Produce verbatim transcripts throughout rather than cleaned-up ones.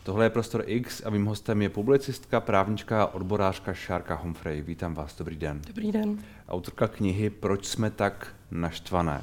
Tohle je Prostor X a mým hostem je publicistka, právnička a odborářka Šárka Humphrey. Vítám vás, dobrý den. Dobrý den. Autorka knihy Proč jsme tak naštvané.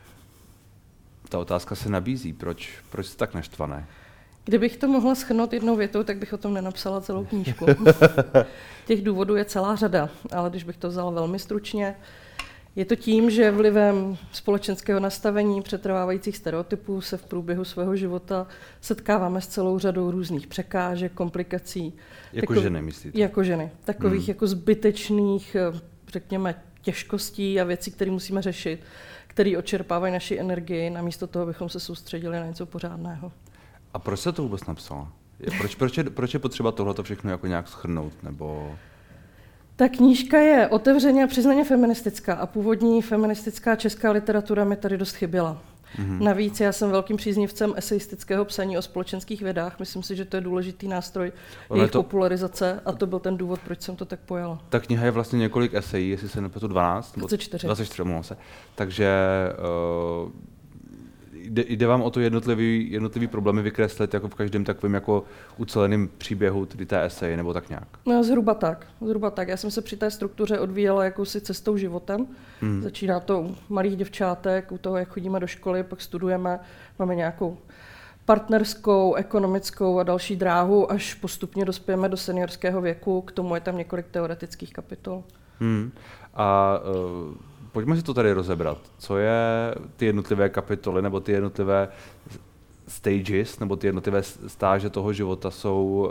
Ta otázka se nabízí, proč, proč jste tak naštvané? Kdybych to mohla shrnout jednou větou, tak bych o tom nenapsala celou knížku. Těch důvodů je celá řada, ale když bych to vzala velmi stručně, je to tím, že vlivem společenského nastavení přetrvávajících stereotypů se v průběhu svého života setkáváme s celou řadou různých překážek, komplikací. Jako takov, ženy, myslíte? Jako ženy. Takových hmm. jako zbytečných, řekněme, těžkostí a věcí, které musíme řešit, které odčerpávají naši energii, namísto toho, abychom se soustředili na něco pořádného. A proč se to vůbec napsala? Proč, proč, je, proč je potřeba tohleto všechno jako nějak shrnout? Nebo... Ta knížka je otevřeně a přiznaně feministická a původní feministická česká literatura mi tady dost chyběla. Mm-hmm. Navíc já jsem velkým příznivcem eseistického psaní o společenských vědách. Myslím si, že to je důležitý nástroj ono jejich to... popularizace a to byl ten důvod, proč jsem to tak pojala. Ta kniha je vlastně několik esejí, jestli se nepletu dvanáct? dvacet čtyři. dvacet čtyři, omlouvám se. Takže uh, jde, jde vám o to jednotlivý, jednotlivý problémy vykreslit jako v každém takovém jako uceleném příběhu, tedy té eseji, nebo tak nějak? No, zhruba tak, zhruba tak. Já jsem se při té struktuře odvíjela jakousi cestou životem. Hmm. Začíná to u malých děvčátek, u toho, jak chodíme do školy, pak studujeme, máme nějakou partnerskou, ekonomickou a další dráhu, až postupně dospějeme do seniorského věku. K tomu je tam několik teoretických kapitol. Hmm. A uh... Pojďme si to tady rozebrat. Co je ty jednotlivé kapitoly nebo ty jednotlivé stages nebo ty jednotlivé stáže toho života jsou,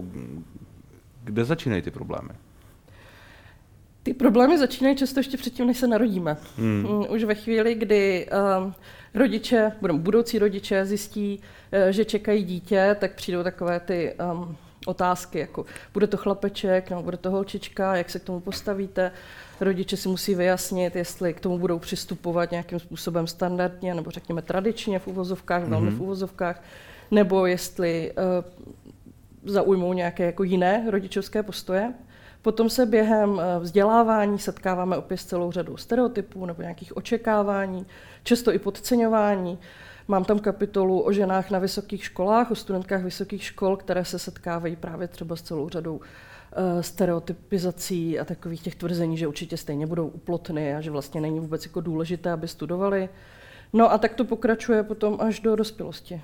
kde začínají ty problémy? Ty problémy začínají často ještě předtím, než se narodíme. Hmm. Už ve chvíli, kdy um, rodiče, budoucí rodiče zjistí, že čekají dítě, tak přijdou takové ty um, otázky, jako bude to chlapeček nebo bude to holčička, jak se k tomu postavíte. Rodiče si musí vyjasnit, jestli k tomu budou přistupovat nějakým způsobem standardně nebo řekněme tradičně v uvozovkách, mm-hmm. velmi v uvozovkách, nebo jestli uh, zaujmou nějaké jako jiné rodičovské postoje. Potom se během uh, vzdělávání setkáváme opět s celou řadou stereotypů nebo nějakých očekávání, často i podceňování. Mám tam kapitolu o ženách na vysokých školách, o studentkách vysokých škol, které se setkávají právě třeba s celou řadou uh, stereotypizací a takových těch tvrzení, že určitě stejně budou uplotny a že vlastně není vůbec jako důležité, aby studovali. No a tak to pokračuje potom až do dospělosti.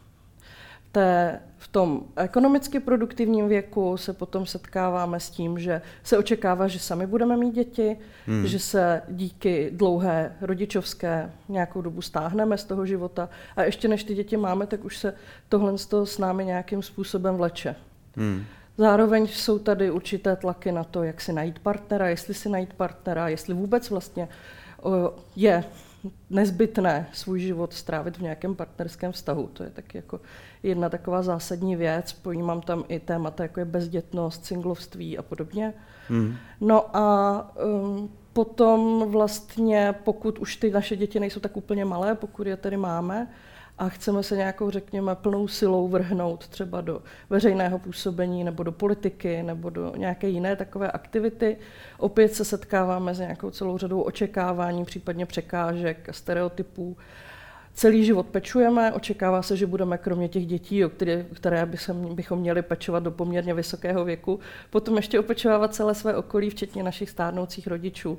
Té, v tom ekonomicky produktivním věku se potom setkáváme s tím, že se očekává, že sami budeme mít děti, hmm. že se díky dlouhé rodičovské nějakou dobu stáhneme z toho života a ještě než ty děti máme, tak už se tohle s námi nějakým způsobem vleče. Hmm. Zároveň jsou tady určité tlaky na to, jak si najít partnera, jestli si najít partnera, jestli vůbec vlastně o, je nezbytné svůj život strávit v nějakém partnerském vztahu. To je taky jako jedna taková zásadní věc. Pojímám tam i témata, jako je bezdětnost, singlovství a podobně. Hmm. No a um, potom vlastně, pokud už ty naše děti nejsou tak úplně malé, pokud je tedy máme, a chceme se nějakou, řekněme, plnou silou vrhnout třeba do veřejného působení nebo do politiky nebo do nějaké jiné takové aktivity. Opět se setkáváme s nějakou celou řadou očekávání, případně překážek a stereotypů. Celý život pečujeme, očekává se, že budeme kromě těch dětí, o které, které bychom měli pečovat do poměrně vysokého věku, potom ještě opečovávat celé své okolí, včetně našich stárnoucích rodičů.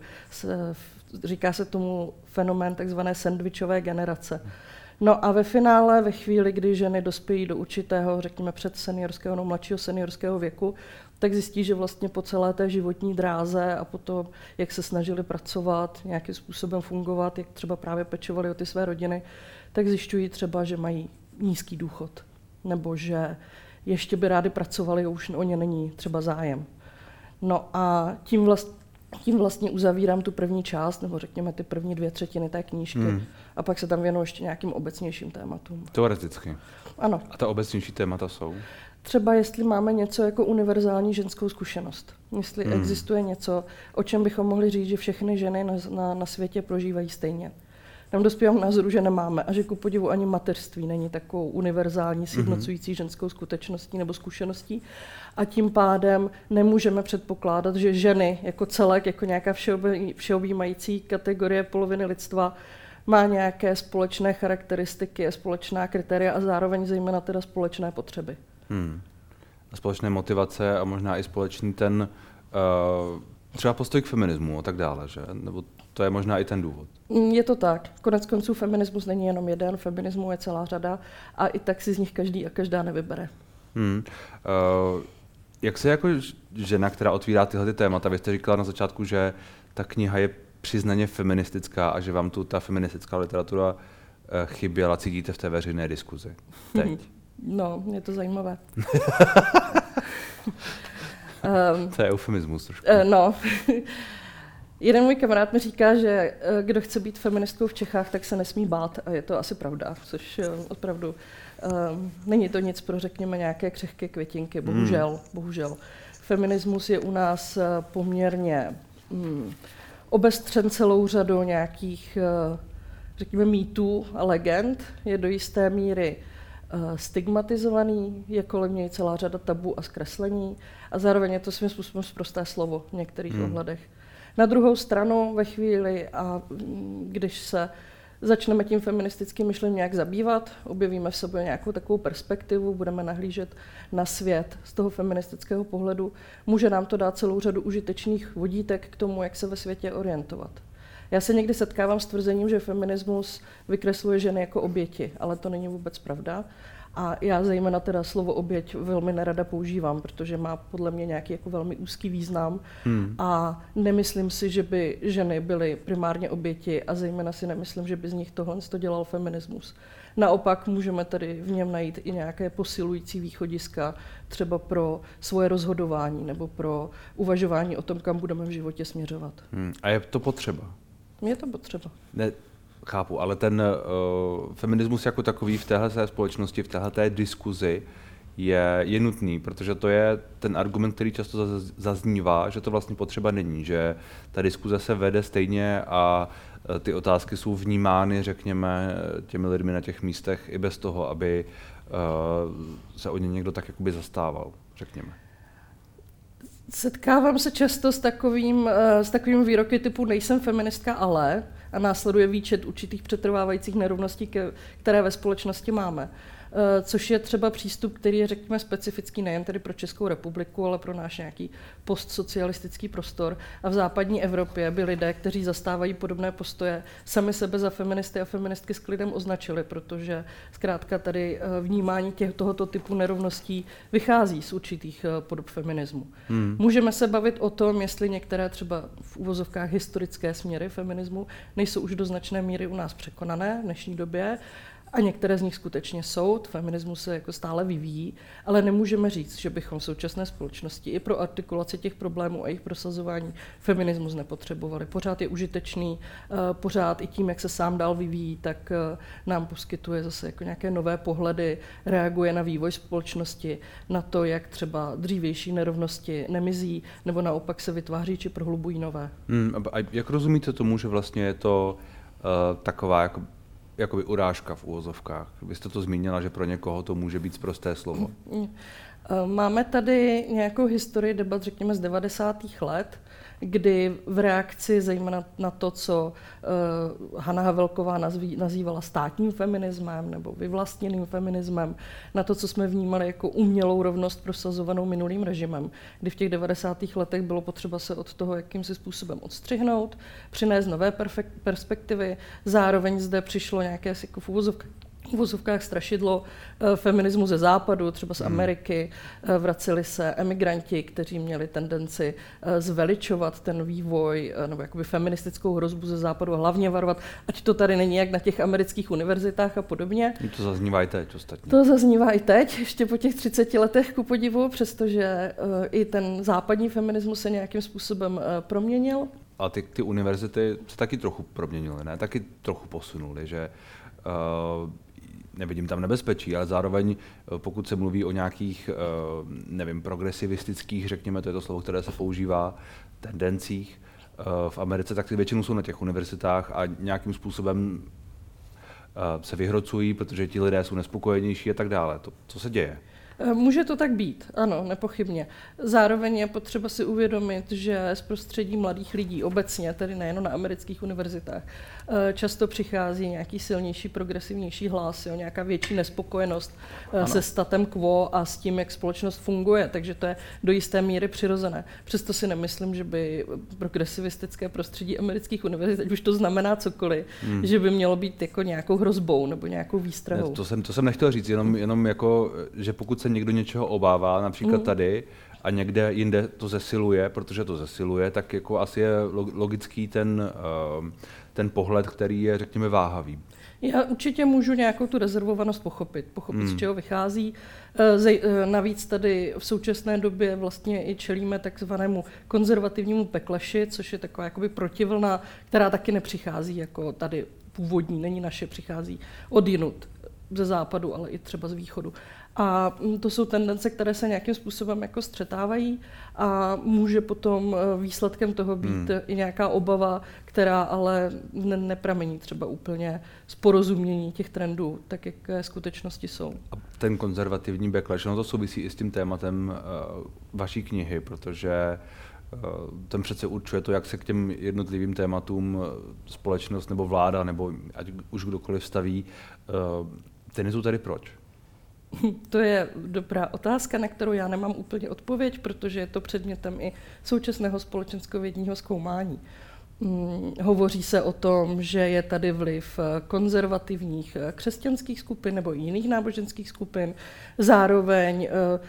Říká se tomu fenomén takzvané sandvičové generace. No a ve finále, ve chvíli, kdy ženy dospějí do určitého, řekněme, předseniorského nebo mladšího seniorského věku, tak zjistí, že vlastně po celé té životní dráze a po tom, jak se snažili pracovat, nějakým způsobem fungovat, jak třeba právě pečovali o ty své rodiny, tak zjišťují třeba, že mají nízký důchod, nebo že ještě by rádi pracovali a už o ně není třeba zájem. No a tím vlastně Tím vlastně uzavírám tu první část, nebo řekněme ty první dvě třetiny té knížky. Hmm. A pak se tam věnuji ještě nějakým obecnějším tématům. Teoreticky. Ano. A ta obecnější témata jsou? Třeba jestli máme něco jako univerzální ženskou zkušenost. Jestli hmm. existuje něco, o čem bychom mohli říct, že všechny ženy na, na, na světě prožívají stejně. Tam dospívám k názoru, že nemáme a že ku podivu ani mateřství není takovou univerzální, sjednocující mm-hmm. ženskou skutečností nebo zkušeností. A tím pádem nemůžeme předpokládat, že ženy jako celek, jako nějaká všeobjímající kategorie poloviny lidstva má nějaké společné charakteristiky, společná kritéria a zároveň zejména teda společné potřeby. Hmm. A společné motivace a možná i společný ten uh, třeba postoj k feminismu a tak dále, že? Nebo to je možná i ten důvod. Je to tak. Konec konců feminismus není jenom jeden, feminismu je celá řada a i tak si z nich každý a každá nevybere. Hmm. Uh, jak se jako žena, která otvírá tyhle ty témata, vy jste říkala na začátku, že ta kniha je přiznaně feministická a že vám tu ta feministická literatura uh, chyběla, cítíte v té veřejné diskuzi teď? No, je to zajímavé. um, to je eufemismus trošku. Uh, no. Jeden můj kamarád mi říká, že kdo chce být feministkou v Čechách, tak se nesmí bát a je to asi pravda, což opravdu um, není to nic pro, řekněme, nějaké křehké květinky, bohužel, hmm. bohužel. Feminismus je u nás poměrně um, obestřen celou řadou nějakých, uh, řekněme, mýtů a legend, je do jisté míry uh, stigmatizovaný, je kolem něj celá řada tabu a zkreslení a zároveň je to svým způsobem sprosté slovo v některých hmm. ohledech. Na druhou stranu ve chvíli, a když se začneme tím feministickým myšlením nějak zabývat, objevíme v sobě nějakou takovou perspektivu, budeme nahlížet na svět z toho feministického pohledu, může nám to dát celou řadu užitečných vodítek k tomu, jak se ve světě orientovat. Já se někdy setkávám s tvrzením, že feminismus vykresluje ženy jako oběti, ale to není vůbec pravda. A já zejména teda slovo oběť velmi nerada používám, protože má podle mě nějaký jako velmi úzký význam hmm. a nemyslím si, že by ženy byly primárně oběti a zejména si nemyslím, že by z nich tohle to dělal feminismus. Naopak můžeme tady v něm najít i nějaké posilující východiska třeba pro svoje rozhodování nebo pro uvažování o tom, kam budeme v životě směřovat. Hmm. A je to potřeba? Je to potřeba. Ne. Chápu, ale ten uh, feminismus jako takový v téhle společnosti, v téhle diskuzi je, je nutný, protože to je ten argument, který často zaznívá, že to vlastně potřeba není, že ta diskuze se vede stejně a ty otázky jsou vnímány, řekněme, těmi lidmi na těch místech i bez toho, aby uh, se o ně někdo tak jakoby zastával, řekněme. Setkávám se často s takovým, s takovým výroky typu nejsem feministka, ale a následuje výčet určitých přetrvávajících nerovností, které ve společnosti máme. Což je třeba přístup, který je, řekněme, specifický nejen tedy pro Českou republiku, ale pro náš nějaký postsocialistický prostor. A v západní Evropě by lidé, kteří zastávají podobné postoje, sami sebe za feministy a feministky s klidem označili, protože zkrátka tady vnímání těch, tohoto typu nerovností vychází z určitých podob feminismu. Hmm. Můžeme se bavit o tom, jestli některé třeba v uvozovkách historické směry feminismu nejsou už do značné míry u nás překonané v dnešní době, a některé z nich skutečně jsou, feminismus se jako stále vyvíjí, ale nemůžeme říct, že bychom v současné společnosti i pro artikulaci těch problémů a jejich prosazování feminismus nepotřebovali. Pořád je užitečný, pořád i tím, jak se sám dál vyvíjí, tak nám poskytuje zase jako nějaké nové pohledy, reaguje na vývoj společnosti, na to, jak třeba dřívější nerovnosti nemizí, nebo naopak se vytváří či prohlubují nové. Hmm, a jak rozumíte tomu, že vlastně je to uh, taková jako jakoby urážka v uvozovkách? Vy jste to zmínila, že pro někoho to může být sprosté slovo. Máme tady nějakou historii debat, řekněme, z devadesátých let, kdy v reakci zejména na to, co uh, Hana Havelková nazví, nazývala státním feminismem nebo vyvlastněným feminismem, na to, co jsme vnímali jako umělou rovnost prosazovanou minulým režimem, kdy v těch devadesátých letech bylo potřeba se od toho jakýmsi způsobem odstřihnout, přinést nové perfek- perspektivy, zároveň zde přišlo nějaké jako v uvozovkách v uvozovkách strašidlo feminismu ze západu, třeba z Ameriky, vraceli se emigranti, kteří měli tendenci zveličovat ten vývoj nebo jakoby feministickou hrozbu ze západu a hlavně varovat, ať to tady není jak na těch amerických univerzitách a podobně. To zaznívá i teď ostatně. To zaznívá i teď, ještě po těch třiceti letech ku podivu, přestože i ten západní feminismus se nějakým způsobem proměnil. A ty, ty univerzity se taky trochu proměnily, ne? Taky trochu posunuly, že uh, nevidím tam nebezpečí, ale zároveň pokud se mluví o nějakých, nevím, progresivistických, řekněme, to je to slovo, které se používá, tendencích v Americe, tak ty většinou jsou na těch univerzitách a nějakým způsobem se vyhrocují, protože ti lidé jsou nespokojenější a tak dále. To, co se děje? Může to tak být, ano, nepochybně. Zároveň je potřeba si uvědomit, že z prostředí mladých lidí obecně, tedy nejen na amerických univerzitách, často přichází nějaký silnější, progresivnější hlas, jo, nějaká větší nespokojenost ano. se statem quo a s tím, jak společnost funguje, takže to je do jisté míry přirozené. Přesto si nemyslím, že by progresivistické prostředí amerických univerzit, ať už to znamená cokoliv, hmm. že by mělo být jako nějakou hrozbou nebo nějakou výstrahou. Ne, to, jsem, to jsem nechtěl říct, jenom, jenom jako, že pokud se někdo něčeho obává, například mm. tady, a někde jinde to zesiluje, protože to zesiluje, tak jako asi je logický ten, ten pohled, který je, řekněme, váhavý. Já určitě můžu nějakou tu rezervovanost pochopit, pochopit, mm. z čeho vychází. Navíc tady v současné době vlastně i čelíme takzvanému konzervativnímu pekleši, což je taková jakoby protivlna, která taky nepřichází jako tady původní, není naše, přichází odjinud, ze západu, ale i třeba z východu. A to jsou tendence, které se nějakým způsobem jako střetávají a může potom výsledkem toho být hmm. i nějaká obava, která ale ne- nepramení třeba úplně z porozumění těch trendů, tak jak v skutečnosti jsou. A ten konzervativní backlash, no to souvisí i s tím tématem uh, vaší knihy, protože uh, ten přece určuje to, jak se k těm jednotlivým tématům uh, společnost nebo vláda, nebo ať už kdokoliv staví. Uh, Ty nejsou tady proč? To je dobrá otázka, na kterou já nemám úplně odpověď, protože je to předmětem i současného společenskovědního zkoumání. Hmm, hovoří se o tom, že je tady vliv konzervativních křesťanských skupin nebo jiných náboženských skupin. Zároveň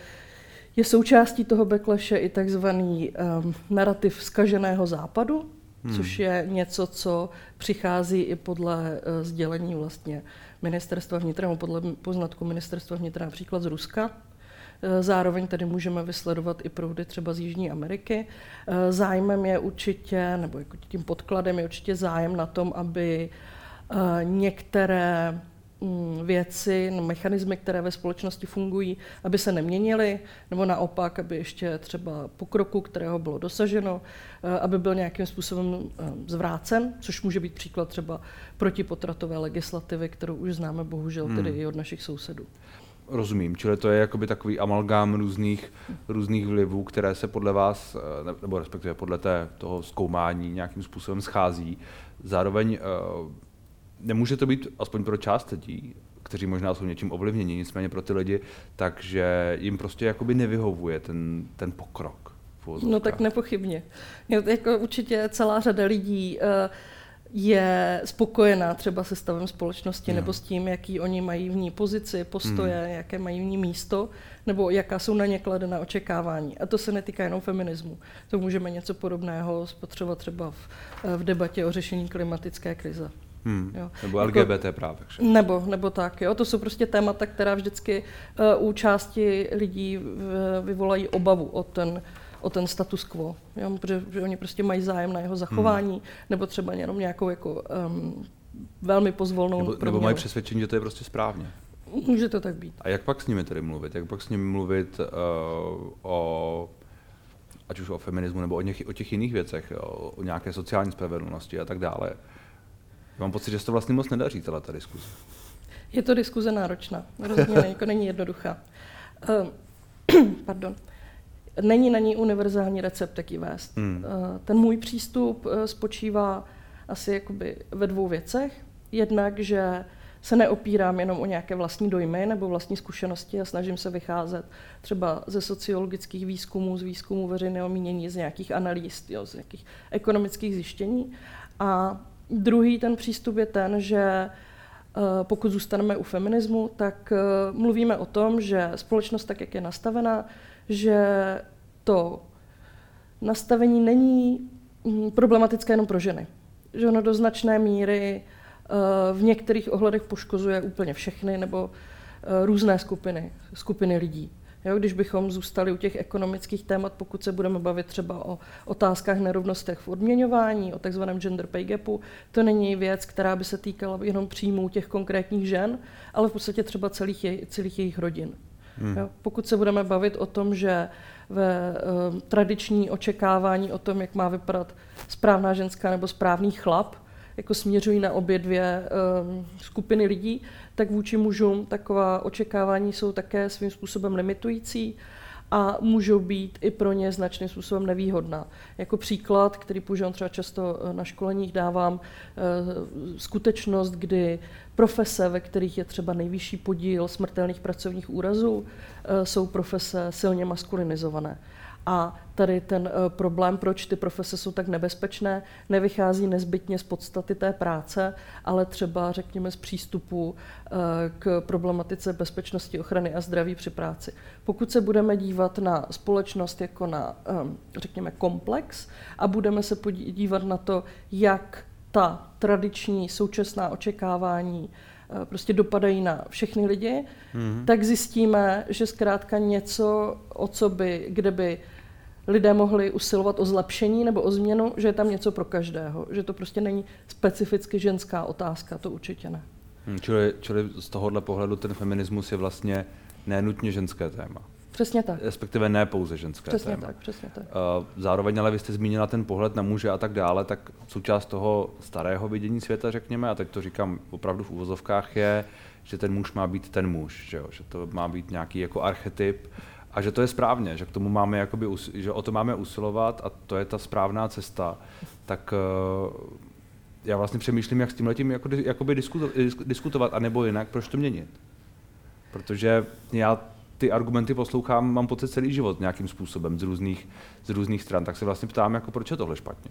je součástí toho backlashe i takzvaný um, narrativ zkaženého západu, hmm. což je něco, co přichází i podle uh, sdělení vlastně ministerstva vnitra, nebo podle poznatku ministerstva vnitra například z Ruska. Zároveň tady můžeme vysledovat i proudy třeba z Jižní Ameriky. Zájmem je určitě, nebo jako tím podkladem je určitě zájem na tom, aby některé věci, mechanismy, které ve společnosti fungují, aby se neměnily, nebo naopak, aby ještě třeba pokroku, kterého bylo dosaženo, aby byl nějakým způsobem zvrácen, což může být příklad třeba protipotratové legislativy, kterou už známe bohužel tedy hmm. i od našich sousedů. Rozumím, čili to je jakoby takový amalgám různých, různých vlivů, které se podle vás, nebo respektive podle té, toho zkoumání nějakým způsobem schází. Zároveň nemůže to být, aspoň pro část lidí, kteří možná jsou něčím ovlivněni, nicméně pro ty lidi, takže jim prostě jakoby nevyhovuje ten, ten pokrok. No tak nepochybně. Jako určitě celá řada lidí je spokojená třeba se stavem společnosti no. nebo s tím, jaký oni mají v ní pozici, postoje, hmm. jaké mají v ní místo, nebo jaká jsou na ně kladená očekávání. A to se netýká jenom feminismu. To můžeme něco podobného spotřebovat třeba v, v debatě o řešení klimatické krize. Hmm. Jo. Nebo L G B T jako, právě. Nebo, nebo tak. Jo. To jsou prostě témata, která vždycky uh, u části lidí vyvolají obavu o ten, o ten status quo. Jo. Protože že oni prostě mají zájem na jeho zachování, hmm. nebo třeba jenom nějakou jako, um, velmi pozvolnou nebo, nebo mají přesvědčení, že to je prostě správně. Může to tak být. A jak pak s nimi tedy mluvit? Jak pak s nimi mluvit uh, o, ať už o feminismu, nebo o, něch, o těch jiných věcech, o, o nějaké sociální spravedlnosti a tak dále? Mám pocit, že se to vlastně moc nedaří, tato ta diskuze. Je to diskuze náročná, rozhodně jako není jednoduchá. Uh, pardon. Není na ní univerzální recept, jak ji vést. Hmm. Uh, ten můj přístup uh, spočívá asi jakoby ve dvou věcech. Jednak, že se neopírám jenom o nějaké vlastní dojmy nebo vlastní zkušenosti a snažím se vycházet třeba ze sociologických výzkumů, z výzkumů veřejného mínění, z nějakých analýz, jo, z nějakých ekonomických zjištění. A druhý ten přístup je ten, že pokud zůstaneme u feminismu, tak mluvíme o tom, že společnost tak, jak je nastavená, že to nastavení není problematické jenom pro ženy. Že ono do značné míry v některých ohledech poškozuje úplně všechny nebo různé skupiny, skupiny lidí. Jo, když bychom zůstali u těch ekonomických témat, pokud se budeme bavit třeba o otázkách nerovnostech v odměňování, o takzvaném gender pay gapu, to není věc, která by se týkala jenom příjmů těch konkrétních žen, ale v podstatě třeba celých, jej, celých jejich rodin. Hmm. Jo, pokud se budeme bavit o tom, že ve uh, tradiční očekávání o tom, jak má vypadat správná ženská nebo správný chlap, jako směřují na obě dvě um, skupiny lidí, tak vůči mužům taková očekávání jsou také svým způsobem limitující a můžou být i pro ně značným způsobem nevýhodná. Jako příklad, který používám třeba často na školeních, dávám uh, skutečnost, kdy profese, ve kterých je třeba nejvyšší podíl smrtelných pracovních úrazů, uh, jsou profese silně maskulinizované. A tady ten problém, proč ty profese jsou tak nebezpečné, nevychází nezbytně z podstaty té práce, ale třeba, řekněme, z přístupu k problematice bezpečnosti, ochrany a zdraví při práci. Pokud se budeme dívat na společnost jako na, řekněme, komplex a budeme se podívat na to, jak ta tradiční současná očekávání prostě dopadají na všechny lidi, mm-hmm. tak zjistíme, že zkrátka něco, o co by, kde by lidé mohli usilovat o zlepšení nebo o změnu, že je tam něco pro každého, že to prostě není specificky ženská otázka, to určitě ne. Hmm, čili, čili z tohohle pohledu ten feminismus je vlastně nenutně ženské téma. Přesně tak. Respektive ne pouze ženské přesně téma. Tak, přesně tak. Zároveň ale vy jste zmínila ten pohled na muže a tak dále, tak součást toho starého vidění světa, řekněme, a teď to říkám opravdu v uvozovkách, je, že ten muž má být ten muž, že, jo? Že to má být nějaký jako archetyp a že to je správně, že k tomu máme jakoby, že o to máme usilovat a to je ta správná cesta. Tak já vlastně přemýšlím, jak s tímhletím jako, jakoby diskutovat, anebo jinak, proč to měnit. Protože já ty argumenty poslouchám, mám pocit celý život nějakým způsobem z různých, z různých stran, tak se vlastně ptám, jako proč je tohle špatně.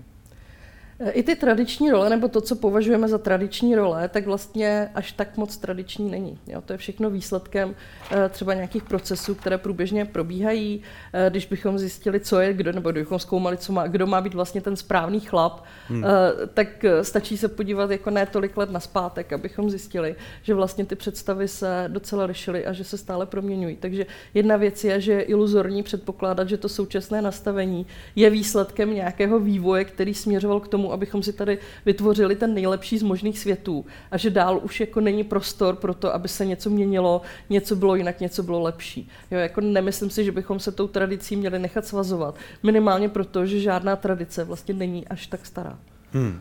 I ty tradiční role, nebo to, co považujeme za tradiční role, tak vlastně až tak moc tradiční není. Jo, to je všechno výsledkem třeba nějakých procesů, které průběžně probíhají. Když bychom zjistili, co je kdo, nebo kdybychom zkoumali, co má, kdo má být vlastně ten správný chlap, hmm. tak stačí se podívat jako ne tolik let nazpátek, abychom zjistili, že vlastně ty představy se docela lišily a že se stále proměňují. Takže jedna věc je, že je iluzorní předpokládat, že to současné nastavení je výsledkem nějakého vývoje, který směřoval k tomu, abychom si tady vytvořili ten nejlepší z možných světů a že dál už jako není prostor pro to, aby se něco měnilo, něco bylo jinak, něco bylo lepší. Jo, jako nemyslím si, že bychom se tou tradicí měli nechat svazovat. Minimálně proto, že žádná tradice vlastně není až tak stará. Hmm.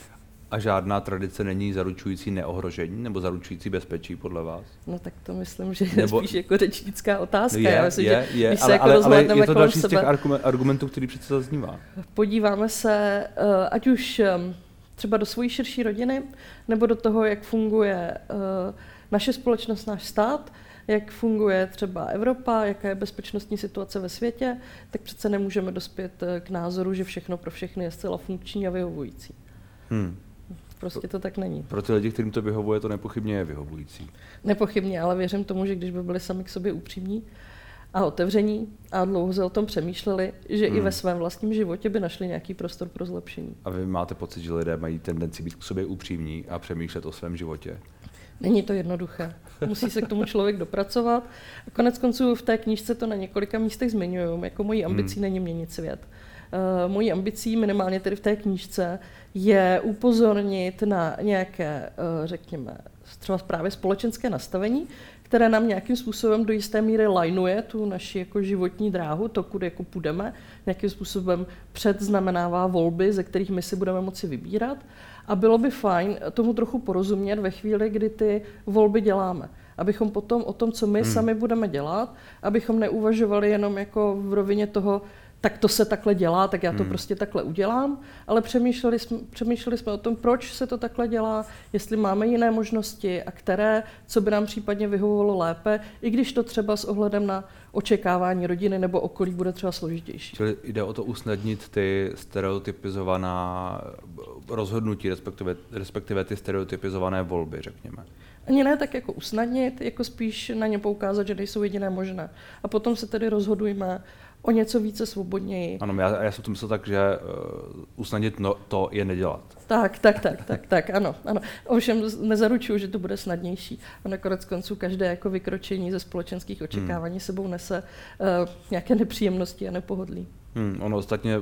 A žádná tradice není zaručující neohrožení nebo zaručující bezpečí podle vás? No tak to myslím, že je nebo... spíš jako řečnická otázka. Je, Já myslím, je, že je, když ale, se jako ale, ale je to další sebe, z těch argumentů, který přece zaznívá. Podíváme se, ať už třeba do svojí širší rodiny, nebo do toho, jak funguje naše společnost, náš stát, jak funguje třeba Evropa, jaká je bezpečnostní situace ve světě, tak přece nemůžeme dospět k názoru, že všechno pro všechny je zcela funkční a vyhovující. Hmm. Prostě to tak není. Pro ty lidi, kterým to vyhovuje, to nepochybně je vyhovující. Nepochybně, ale věřím tomu, že když by byli sami k sobě upřímní a otevření a dlouho o tom přemýšleli, že hmm. i ve svém vlastním životě by našli nějaký prostor pro zlepšení. A vy máte pocit, že lidé mají tendenci být k sobě upřímní a přemýšlet o svém životě? Není to jednoduché. Musí se k tomu člověk dopracovat. A konec konců v té knížce to na několika místech zmiňuju. Jako mojí ambicí hmm. není měnit svět. Uh, mojí ambicí, minimálně tedy v té knížce, je upozornit na nějaké, uh, řekněme, třeba právě společenské nastavení, které nám nějakým způsobem do jisté míry lineuje tu naši jako životní dráhu, to, kudy jako půjdeme, nějakým způsobem předznamenává volby, ze kterých my si budeme moci vybírat. A bylo by fajn tomu trochu porozumět ve chvíli, kdy ty volby děláme. Abychom potom o tom, co my hmm. sami budeme dělat, abychom neuvažovali jenom jako v rovině toho, tak to se takhle dělá, tak já to hmm. prostě takhle udělám, ale přemýšleli jsme, přemýšleli jsme o tom, proč se to takhle dělá, jestli máme jiné možnosti a které, co by nám případně vyhovovalo lépe, i když to třeba s ohledem na očekávání rodiny nebo okolí bude třeba složitější. Čili jde o to usnadnit ty stereotypizovaná rozhodnutí, respektive, respektive ty stereotypizované volby, řekněme. Ani ne tak jako usnadnit, jako spíš na ně poukázat, že nejsou jediné možné. A potom se tedy rozhodujme o něco více svobodněji. Ano, já, já jsem to myslel tak, že uh, usnadnit no, to je nedělat. Tak, tak, tak, tak, tak, ano, ano. Ovšem nezaručuju, že to bude snadnější. A nakonec konců každé jako vykročení ze společenských očekávání hmm. sebou nese uh, nějaké nepříjemnosti a nepohodlí. Hmm, ono ostatně,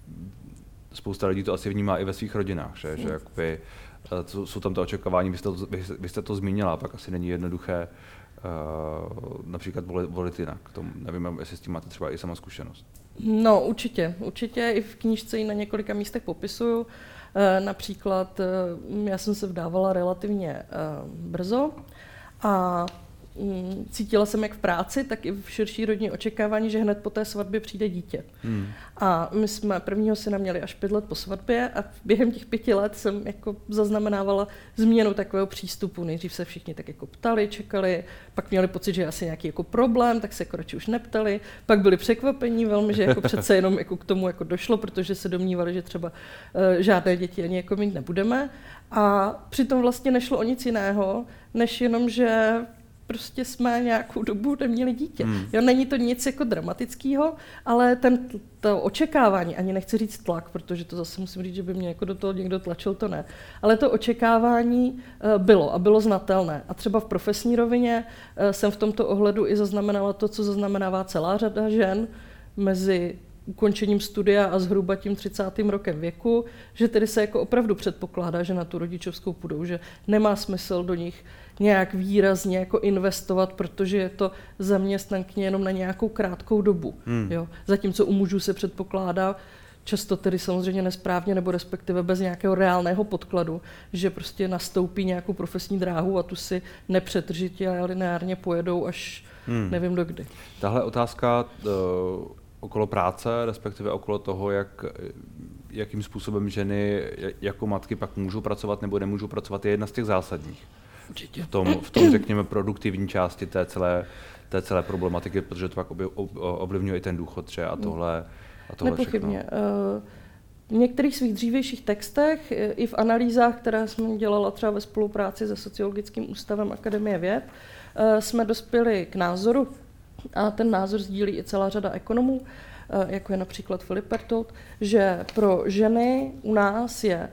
spousta lidí to asi vnímá i ve svých rodinách, že, hmm. že jakoby, uh, jsou tam to očekávání, vy jste to, vy, vy jste to zmínila, pak asi není jednoduché uh, například volit, volit jinak. Tom, nevím, jestli s tím máte třeba i sama zkušenost. No určitě, určitě i v knížce ji na několika místech popisuju. Například já jsem se vdávala relativně brzo a cítila jsem jak v práci, tak i v širší rodině očekávání, že hned po té svatbě přijde dítě. Hmm. A my jsme prvního syna měli až pět let po svatbě a během těch pěti let jsem jako zaznamenávala změnu takového přístupu. Nejdřív se všichni tak jako ptali, čekali, pak měli pocit, že je asi nějaký jako problém, tak se radši už neptali. Pak byli překvapení velmi, že jako přece jenom jako k tomu jako došlo, protože se domnívali, že třeba uh, žádné děti ani jako mít nebudeme. A přitom vlastně nešlo o nic jiného, než jenom, že prostě jsme nějakou dobu neměli dítě. Hmm. Jo, není to nic jako dramatického, ale ten, to očekávání, ani nechci říct tlak, protože to zase musím říct, že by mě jako do toho někdo tlačil, to ne. Ale to očekávání uh, bylo a bylo znatelné. A třeba v profesní rovině uh, jsem v tomto ohledu i zaznamenala to, co zaznamenává celá řada žen mezi ukončením studia a zhruba tím třicátým rokem věku, že tedy se jako opravdu předpokládá, že na tu rodičovskou půjdou, že nemá smysl do nich nějak výrazně jako investovat, protože je to zaměstnankyně jenom na nějakou krátkou dobu. Hmm. Jo. Zatímco u mužů se předpokládá, často tedy samozřejmě nesprávně nebo respektive bez nějakého reálného podkladu, že prostě nastoupí nějakou profesní dráhu a tu si nepřetržitě a lineárně pojedou až hmm. nevím dokdy. Tahle otázka uh... okolo práce, respektive okolo toho, jak, jakým způsobem ženy jako matky pak můžou pracovat nebo nemůžou pracovat, je jedna z těch zásadních. Určitě. V tom, v tom řekněme, produktivní části té celé, té celé problematiky, protože to pak ovlivňuje i ten důchod třeba a tohle, a tohle Nepochybně. Všechno. V některých svých dřívějších textech, i v analýzách, které jsem dělala třeba ve spolupráci se Sociologickým ústavem Akademie věd, jsme dospěli k názoru, a ten názor sdílí i celá řada ekonomů, jako je například Philip Perthold, že pro ženy u nás je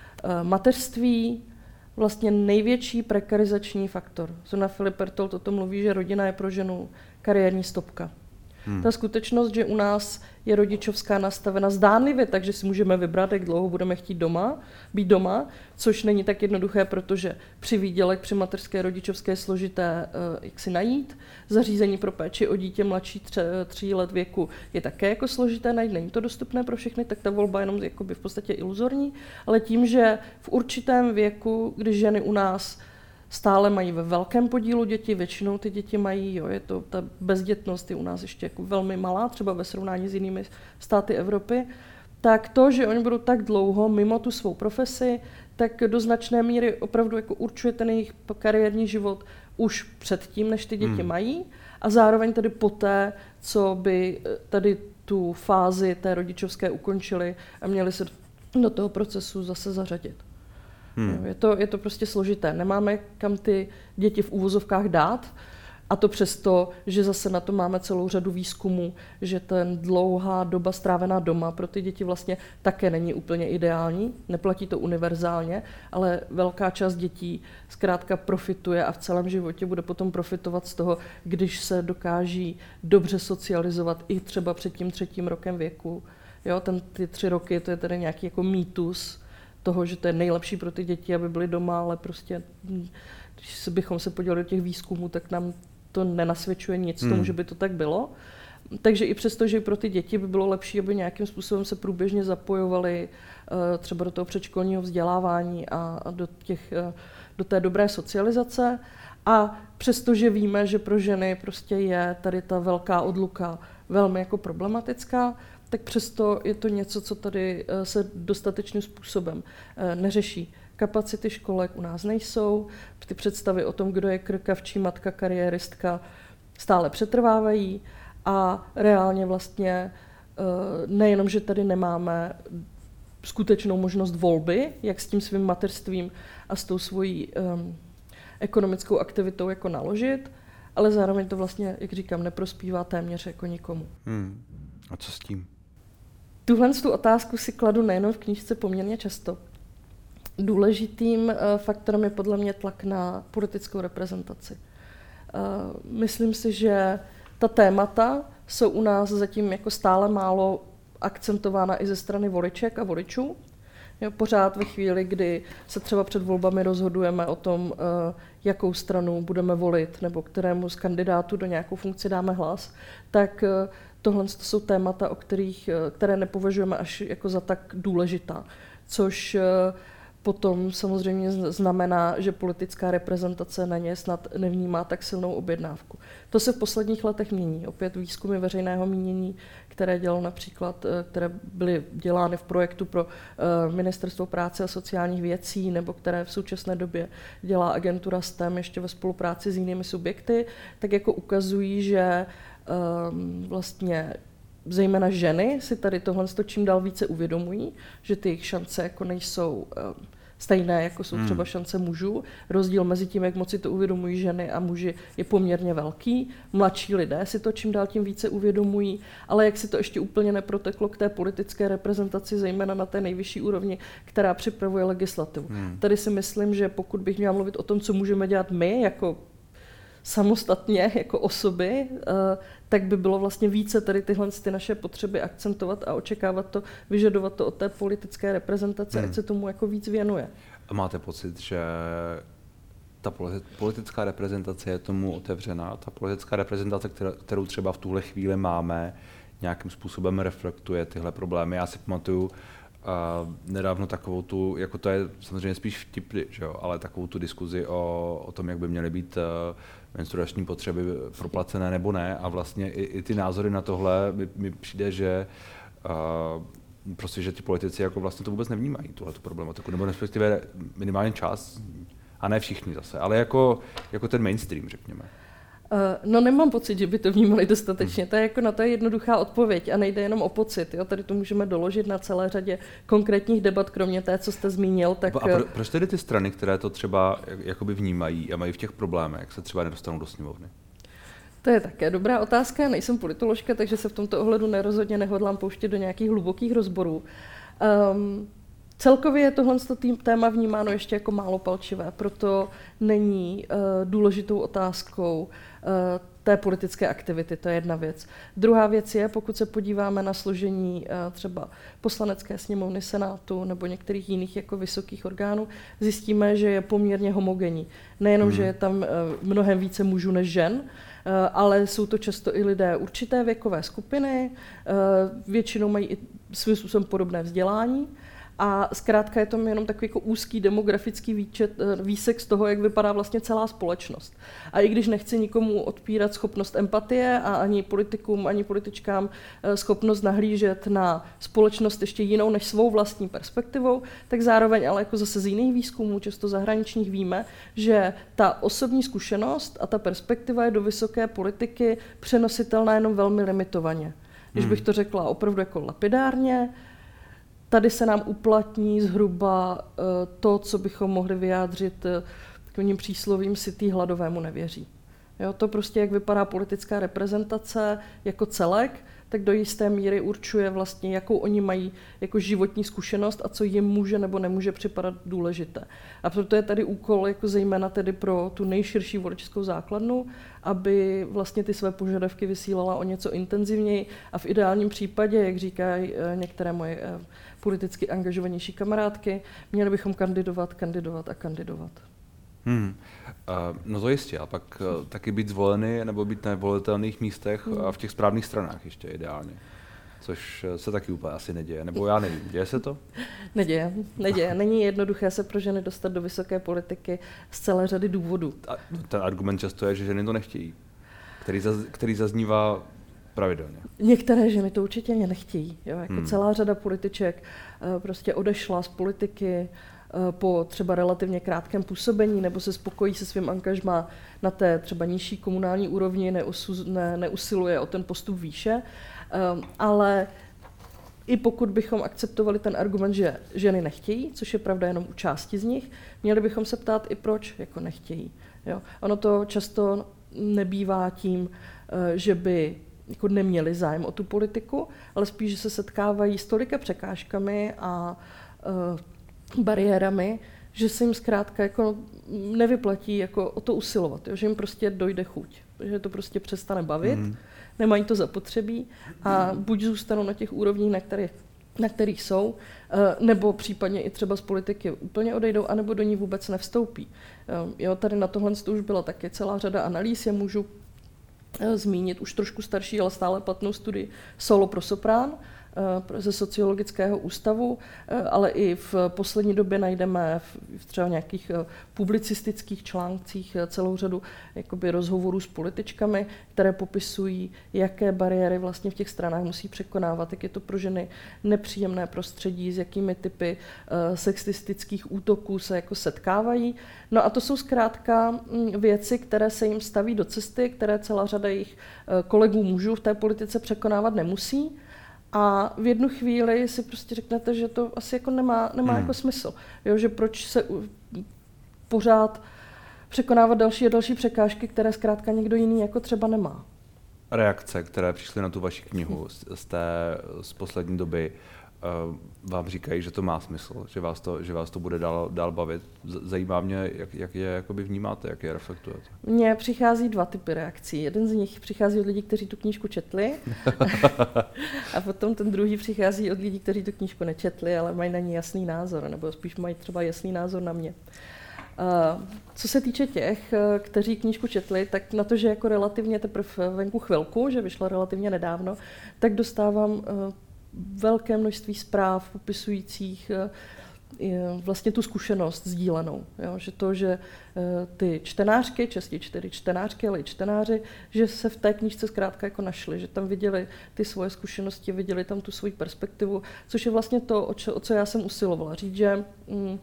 mateřství vlastně největší prekarizační faktor. Zrovna Philip Perthold o tom mluví, že rodina je pro ženu kariérní stopka. Hmm. Ta skutečnost, že u nás je rodičovská nastavena zdánlivě, takže si můžeme vybrat, jak dlouho budeme chtít doma, být doma, což není tak jednoduché, protože při výdělek, při mateřské rodičovské je složité, jak si najít. Zařízení pro péči o dítě mladší tře, tří let věku je také jako složité najít, není to dostupné pro všechny, tak ta volba je jenom jakoby v podstatě iluzorní, ale tím, že v určitém věku, když ženy u nás stále mají ve velkém podílu děti, většinou ty děti mají, jo, je to, ta bezdětnost je u nás ještě jako velmi malá, třeba ve srovnání s jinými státy Evropy, tak to, že oni budou tak dlouho mimo tu svou profesi, tak do značné míry opravdu jako určuje ten jejich kariérní život už předtím, než ty děti hmm. mají, a zároveň tedy poté, co by tady tu fázi té rodičovské ukončili a měli se do toho procesu zase zařadit. Hmm. Je to, je to prostě složité. Nemáme kam ty děti v úvozovkách dát, a to přesto, že zase na to máme celou řadu výzkumů, že ten dlouhá doba strávená doma pro ty děti vlastně také není úplně ideální. Neplatí to univerzálně, ale velká část dětí zkrátka profituje a v celém životě bude potom profitovat z toho, když se dokáží dobře socializovat i třeba před tím třetím rokem věku. Jo, ten, ty tři roky, to je tedy nějaký jako mýtus toho, že to je nejlepší pro ty děti, aby byly doma, ale prostě, když bychom se podívali do těch výzkumů, tak nám to nenasvědčuje nic hmm. tomu, že by to tak bylo. Takže i přesto, že pro ty děti by bylo lepší, aby nějakým způsobem se průběžně zapojovali uh, třeba do toho předškolního vzdělávání a, a do, těch, uh, do té dobré socializace. A přesto, že víme, že pro ženy prostě je tady ta velká odluka velmi jako problematická, tak přesto je to něco, co tady se dostatečným způsobem neřeší. Kapacity školek u nás nejsou, ty představy o tom, kdo je krkavčí matka, kariéristka, stále přetrvávají a reálně vlastně nejenom, že tady nemáme skutečnou možnost volby, jak s tím svým mateřstvím a s tou svojí um, ekonomickou aktivitou jako naložit, ale zároveň to vlastně, jak říkám, neprospívá téměř jako nikomu. Hmm. A co s tím? Tuhle tu otázku si kladu nejenom v knížce poměrně často. Důležitým uh, faktorem je podle mě tlak na politickou reprezentaci. Uh, myslím si, že ta témata jsou u nás zatím jako stále málo akcentována i ze strany voliček a voličů, Jo, pořád ve chvíli, kdy se třeba před volbami rozhodujeme o tom, jakou stranu budeme volit nebo kterému z kandidátů do nějakou funkci dáme hlas, tak tohle jsou témata, o kterých, které nepovažujeme až jako za tak důležitá, což potom samozřejmě znamená, že politická reprezentace na ně snad nevnímá tak silnou objednávku. To se v posledních letech mění. Opět výzkumy veřejného mínění, které dělalo například, které byly dělány v projektu pro Ministerstvo práce a sociálních věcí, nebo které v současné době dělá agentura S T E M ještě ve spolupráci s jinými subjekty, tak jako ukazují, že um, vlastně zejména ženy si tady tohle čím dál více uvědomují, že ty jejich šance jako nejsou um, stejné, jako jsou třeba hmm. šance mužů. Rozdíl mezi tím, jak moc si to uvědomují ženy a muži, je poměrně velký. Mladší lidé si to čím dál tím více uvědomují, ale jak si to ještě úplně neproteklo k té politické reprezentaci, zejména na té nejvyšší úrovni, která připravuje legislativu. Hmm. Tady si myslím, že pokud bych měla mluvit o tom, co můžeme dělat my, jako samostatně, jako osoby, tak by bylo vlastně více tady tyhle ty naše potřeby akcentovat a očekávat to, vyžadovat to od té politické reprezentace, hmm. ať se tomu jako víc věnuje. A máte pocit, že ta politická reprezentace je tomu otevřená? Ta politická reprezentace, kterou třeba v tuhle chvíli máme, nějakým způsobem reflektuje tyhle problémy? Já si pamatuju Uh, nedávno takovou tu, jako to je samozřejmě spíš vtipný, že jo, ale takovou tu diskuzi o, o tom, jak by měly být uh, menstruační potřeby proplacené nebo ne, a vlastně i, i ty názory na tohle mi, mi přijde, že uh, prostě, že ti politici jako vlastně to vůbec nevnímají, tuhletu problematiku, nebo respektive minimálně čas, a ne všichni zase, ale jako, jako ten mainstream, řekněme. No nemám pocit, že by to vnímali dostatečně. To je jako na to je jednoduchá odpověď a nejde jenom o pocit. Jo? Tady to můžeme doložit na celé řadě konkrétních debat, kromě té, co jste zmínil. Tak... A pro, proč tedy ty strany, které to třeba jakoby vnímají a mají v těch problémech, se třeba nedostanou do sněmovny? To je také dobrá otázka. Nejsem politoložka, takže se v tomto ohledu nerozhodně nehodlám pouštět do nějakých hlubokých rozborů. Um, Celkově je tohle téma vnímáno ještě jako málo palčivé, proto není uh, důležitou otázkou uh, té politické aktivity, to je jedna věc. Druhá věc je, pokud se podíváme na složení uh, třeba poslanecké sněmovny, senátu nebo některých jiných jako vysokých orgánů, zjistíme, že je poměrně homogenní. Nejenom, hmm. že je tam uh, mnohem více mužů než žen, uh, ale jsou to často i lidé určité věkové skupiny, uh, většinou mají i svým způsobem podobné vzdělání. A zkrátka je to jenom takový jako úzký demografický výčet, výsek z toho, jak vypadá vlastně celá společnost. A i když nechci nikomu odpírat schopnost empatie a ani politikům, ani političkám schopnost nahlížet na společnost ještě jinou než svou vlastní perspektivou, tak zároveň ale jako zase z jiných výzkumů, často zahraničních, víme, že ta osobní zkušenost a ta perspektiva je do vysoké politiky přenositelná jenom velmi limitovaně. Když bych to řekla opravdu jako lapidárně, tady se nám uplatní zhruba uh, to, co bychom mohli vyjádřit uh, takovým příslovím sytý hladovému nevěří. Jo, to prostě, jak vypadá politická reprezentace jako celek, tak do jisté míry určuje vlastně, jakou oni mají jako životní zkušenost a co jim může nebo nemůže připadat důležité. A proto je tady úkol jako zejména tedy pro tu nejširší voličskou základnu, aby vlastně ty své požadavky vysílala o něco intenzivněji a v ideálním případě, jak říkají některé moje politicky angažovanější kamarádky, měli bychom kandidovat, kandidovat a kandidovat. Hmm. Uh, no to jistě, a pak uh, taky být zvolený nebo být na volitelných místech hmm. a v těch správných stranách ještě ideálně. Což se taky úplně asi neděje, nebo já nevím, děje se to? Neděje, neděje. Není jednoduché se pro ženy dostat do vysoké politiky z celé řady důvodů. A ten argument často je, že ženy to nechtějí, který, zaz, který zaznívá pravidelně. Některé ženy to určitě nechtějí. Jo? Jako hmm. celá řada političek uh, prostě odešla z politiky po třeba relativně krátkém působení nebo se spokojí se svým angažmá na té třeba nižší komunální úrovni, neusu, ne, neusiluje o ten postup výše, um, ale i pokud bychom akceptovali ten argument, že ženy nechtějí, což je pravda jenom u části z nich, měli bychom se ptát i proč jako nechtějí. Jo? Ono to často nebývá tím, že by jako neměli zájem o tu politiku, ale spíš, že se setkávají s tolika překážkami a uh, bariérami, že se jim zkrátka jako nevyplatí jako o to usilovat, jo? Že jim prostě dojde chuť, že to prostě přestane bavit, mm. nemají to zapotřebí a buď zůstanou na těch úrovních, na kterých na kterých jsou, nebo případně i třeba z politiky úplně odejdou, anebo do ní vůbec nevstoupí. Jo, tady na tohle už byla taky celá řada analýz, je můžu zmínit už trošku starší, ale stále platnou studii Solo pro soprán ze sociologického ústavu, ale i v poslední době najdeme v třeba nějakých publicistických článcích celou řadu jakoby rozhovorů s političkami, které popisují, jaké bariéry vlastně v těch stranách musí překonávat, jak je to pro ženy nepříjemné prostředí, s jakými typy sexistických útoků se jako setkávají. No a to jsou zkrátka věci, které se jim staví do cesty, které celá řada jejich kolegů mužů v té politice překonávat nemusí. A v jednu chvíli si prostě řeknete, že to asi jako nemá, nemá hmm. jako smysl. Jo, že proč se pořád překonávat další a další překážky, které zkrátka někdo jiný jako třeba nemá. Reakce, které přišly na tu vaši knihu z, z té z poslední doby, uh, vám říkají, že to má smysl, že vás to, že vás to bude dál, dál bavit. Zajímá mě, jak, jak je jakoby vnímáte, jak je reflektujete. Mně přichází dva typy reakcí. Jeden z nich přichází od lidí, kteří tu knížku četli a potom ten druhý přichází od lidí, kteří tu knížku nečetli, ale mají na ní jasný názor, nebo spíš mají třeba jasný názor na mě. Uh, co se týče těch, kteří knížku četli, tak na to, že jako relativně teprve venku chvilku, že vyšla relativně nedávno, tak dostávám uh, velké množství zpráv popisujících uh, vlastně tu zkušenost sdílenou. Jo? Že to, že uh, ty čtenářky, čestě čtyři čtenářky, ale i čtenáři, že se v té knížce zkrátka jako našli, že tam viděli ty svoje zkušenosti, viděli tam tu svoji perspektivu, což je vlastně to, o, čo, o co já jsem usilovala. Říct, že um,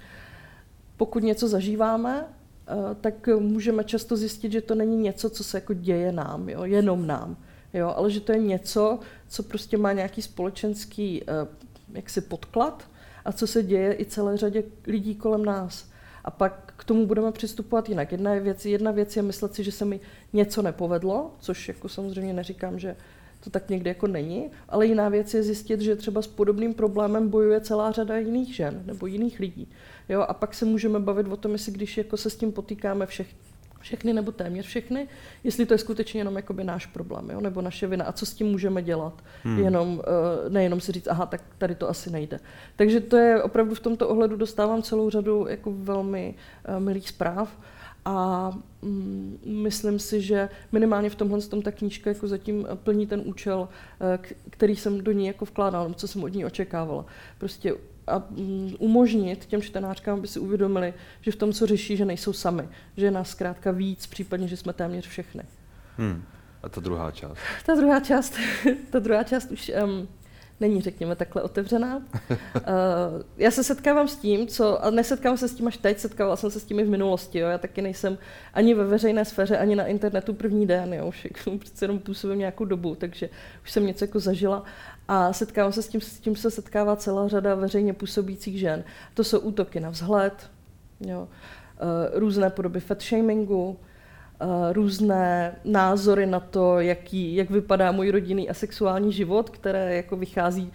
pokud něco zažíváme, tak můžeme často zjistit, že to není něco, co se jako děje nám, jo, jenom nám, jo, ale že to je něco, co prostě má nějaký společenský jaksi podklad a co se děje i celé řadě lidí kolem nás. A pak k tomu budeme přistupovat jinak. Jedna věc, jedna věc je myslet si, že se mi něco nepovedlo, což jako samozřejmě neříkám, že to tak někdy jako není, ale jiná věc je zjistit, že třeba s podobným problémem bojuje celá řada jiných žen nebo jiných lidí. Jo, a pak se můžeme bavit o tom, jestli když jako se s tím potýkáme všech, všechny nebo téměř všechny, jestli to je skutečně jenom jakoby náš problém, jo, nebo naše vina a co s tím můžeme dělat. Hmm. Jenom, nejenom si říct, aha, tak tady to asi nejde. Takže to je opravdu v tomto ohledu dostávám celou řadu jako velmi milých zpráv. A mm, myslím si, že minimálně v tomhle tom ta knížka jako zatím plní ten účel, který jsem do ní jako vkládala, co jsem od ní očekávala. Prostě a mm, umožnit těm čtenářkám, aby si uvědomili, že v tom, co řeší, že nejsou sami, že je nás zkrátka víc, případně, že jsme téměř všechny. Hmm. A ta druhá část? Ta druhá část, ta druhá část už um, není, řekněme, takhle otevřená. Uh, já se setkávám s tím, co, a nesetkávám se s tím až teď, setkávala jsem se s tím i v minulosti. Jo. Já taky nejsem ani ve veřejné sféře, ani na internetu první den. Jo. Už jako přece jenom působím nějakou dobu, takže už jsem něco jako zažila. A setkávám se s tím, s tím se setkává celá řada veřejně působících žen. To jsou útoky na vzhled, jo. Uh, různé podoby fat shamingu, Uh, různé názory na to, jaký, jak vypadá můj rodinný a sexuální život, které jako vychází,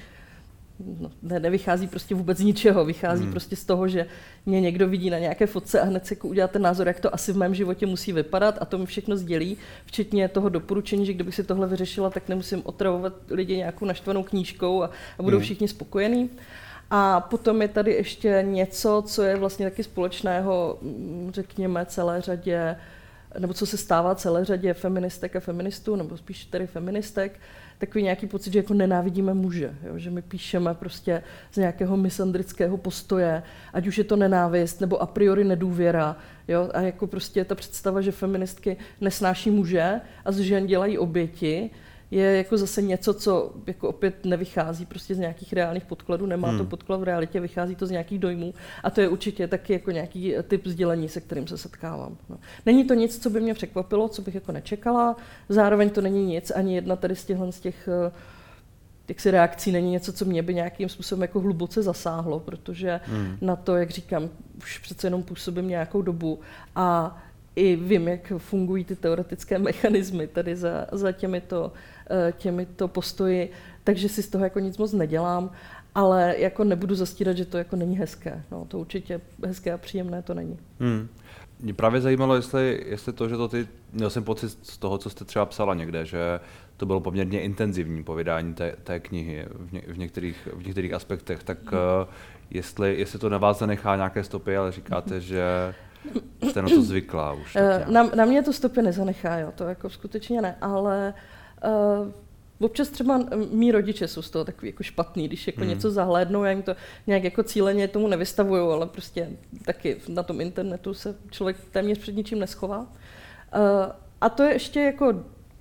no, ne, nevychází prostě vůbec z ničeho, vychází hmm. prostě z toho, že mě někdo vidí na nějaké fotce a hned se jako udělá ten názor, jak to asi v mém životě musí vypadat a to mi všechno sdělí, včetně toho doporučení, že kdybych si tohle vyřešila, tak nemusím otravovat lidi nějakou naštvanou knížkou a, a budou hmm. všichni spokojení. A potom je tady ještě něco, co je vlastně taky společného, řekněme, celé řadě nebo co se stává celé řadě feministek a feministů, nebo spíš tedy feministek, takový nějaký pocit, že jako nenávidíme muže, jo? Že my píšeme prostě z nějakého misandrického postoje, ať už je to nenávist, nebo a priori nedůvěra, jo? A jako prostě ta představa, že feministky nesnáší muže a z žen dělají oběti, je jako zase něco, co jako opět nevychází prostě z nějakých reálných podkladů, nemá hmm. to podklad v realitě, vychází to z nějakých dojmů a to je určitě taky jako nějaký typ sdělení, se kterým se setkávám. No. Není to nic, co by mě překvapilo, co bych jako nečekala, zároveň to není nic, ani jedna tady z těchhle z těch jaksi reakcí není něco, co mě by nějakým způsobem jako hluboce zasáhlo, protože hmm. na to, jak říkám, už přece jenom působím nějakou dobu a i vím, jak fungují ty teoretické mechanismy tady za, za těmito, těmito postoji, takže si z toho jako nic moc nedělám, ale jako nebudu zastírat, že to jako není hezké. No, to určitě hezké a příjemné to není. Hmm. Mě právě zajímalo, jestli, jestli to, že to ty, měl jsem pocit z toho, co jste třeba psala někde, že to bylo poměrně intenzivní povídání té, té knihy v, ně, v, některých, v některých aspektech, tak hmm. uh, jestli, jestli to na vás zanechá nějaké stopy, ale říkáte, že jste na to zvyklá už. Uh, na, na mě to stopy nezanechá, jo, to jako skutečně ne, ale uh, občas třeba mý rodiče jsou z toho takový jako špatný, když jako hmm. něco zahlédnou, já jim to nějak jako cíleně tomu nevystavuju, ale prostě taky na tom internetu se člověk téměř před ničím neschová. Uh, a to je ještě jako,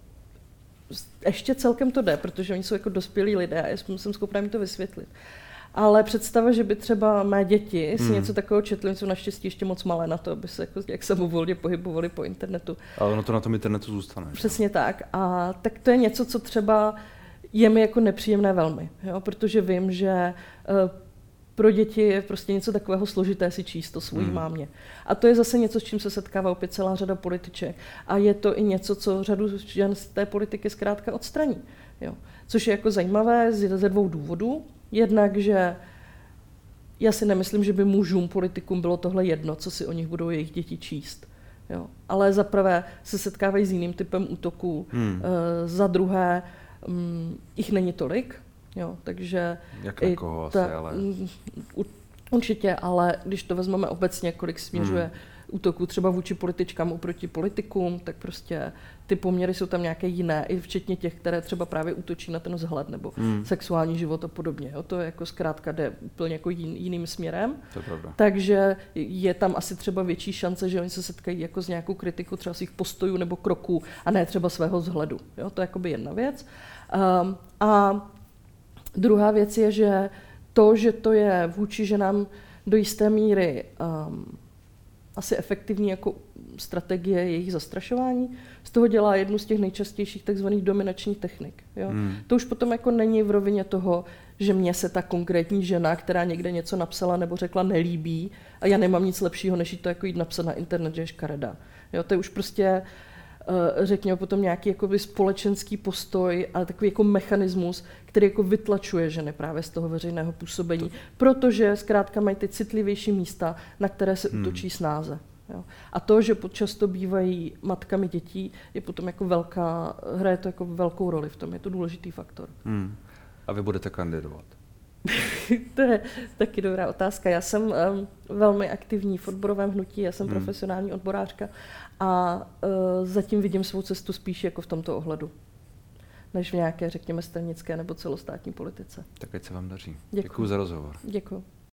ještě celkem to jde, protože oni jsou jako dospělí lidé a já jsem schopná jim to vysvětlit. Ale představa, že by třeba mé děti si hmm. něco takového četly, jsou naštěstí ještě moc malé na to, aby se jako jak samovolně pohybovali po internetu. Ale ono to na tom internetu zůstane. Přesně tak. A tak to je něco, co třeba je mi jako nepříjemné velmi, jo? Protože vím, že uh, pro děti je prostě něco takového složité si číst to svojí hmm. mámě. A to je zase něco, s čím se setkává opět celá řada političek. A je to i něco, co řadu žen z té politiky zkrátka odstraní. Jo? Což je jako zajímavé ze dvou důvodů. Jednak, že já si nemyslím, že by mužům, politikům bylo tohle jedno, co si o nich budou jejich děti číst. Jo. Ale za prvé se setkávají s jiným typem útoků, hmm. e, za druhé um, jich není tolik, jo. Takže jak na koho ta, asi, ale... Určitě, ale když to vezmeme obecně, kolik směřuje hmm. útoků třeba vůči političkám oproti politikům, tak prostě ty poměry jsou tam nějaké jiné, i včetně těch, které třeba právě útočí na ten vzhled nebo hmm. sexuální život a podobně. Jo? To je jako zkrátka jde úplně jako jin, jiným směrem. To je pravda. Takže je tam asi třeba větší šance, že oni se setkají jako s nějakou kritikou třeba svých postojů nebo kroků a ne třeba svého vzhledu. Jo? To je jakoby jedna věc. Um, a druhá věc je, že to, že to je vůči ženám do jisté míry um, asi efektivní jako strategie jejich zastrašování, z toho dělá jednu z těch nejčastějších takzvaných dominačních technik. Jo? Hmm. To už potom jako není v rovině toho, že mě se ta konkrétní žena, která někde něco napsala nebo řekla, nelíbí a já nemám nic lepšího, než jí to jako jít napsat na internet, že je škaredá. Jo? To je už prostě řekněme potom nějaký jakoby společenský postoj a takový jako mechanismus, který jako vytlačuje ženy právě z toho veřejného působení, to... protože zkrátka mají ty citlivější místa, na které se hmm. útočí snáze. Jo. A to, že často bývají matkami dětí, je potom jako velká, hraje to jako velkou roli v tom, je to důležitý faktor. Hmm. A vy budete kandidovat? To je taky dobrá otázka. Já jsem um, velmi aktivní v odborovém hnutí, já jsem hmm. profesionální odborářka a uh, zatím vidím svou cestu spíš jako v tomto ohledu, než v nějaké, řekněme, stranické nebo celostátní politice. Tak ať se vám daří. Děkuji. Děkuji za rozhovor. Děkuji.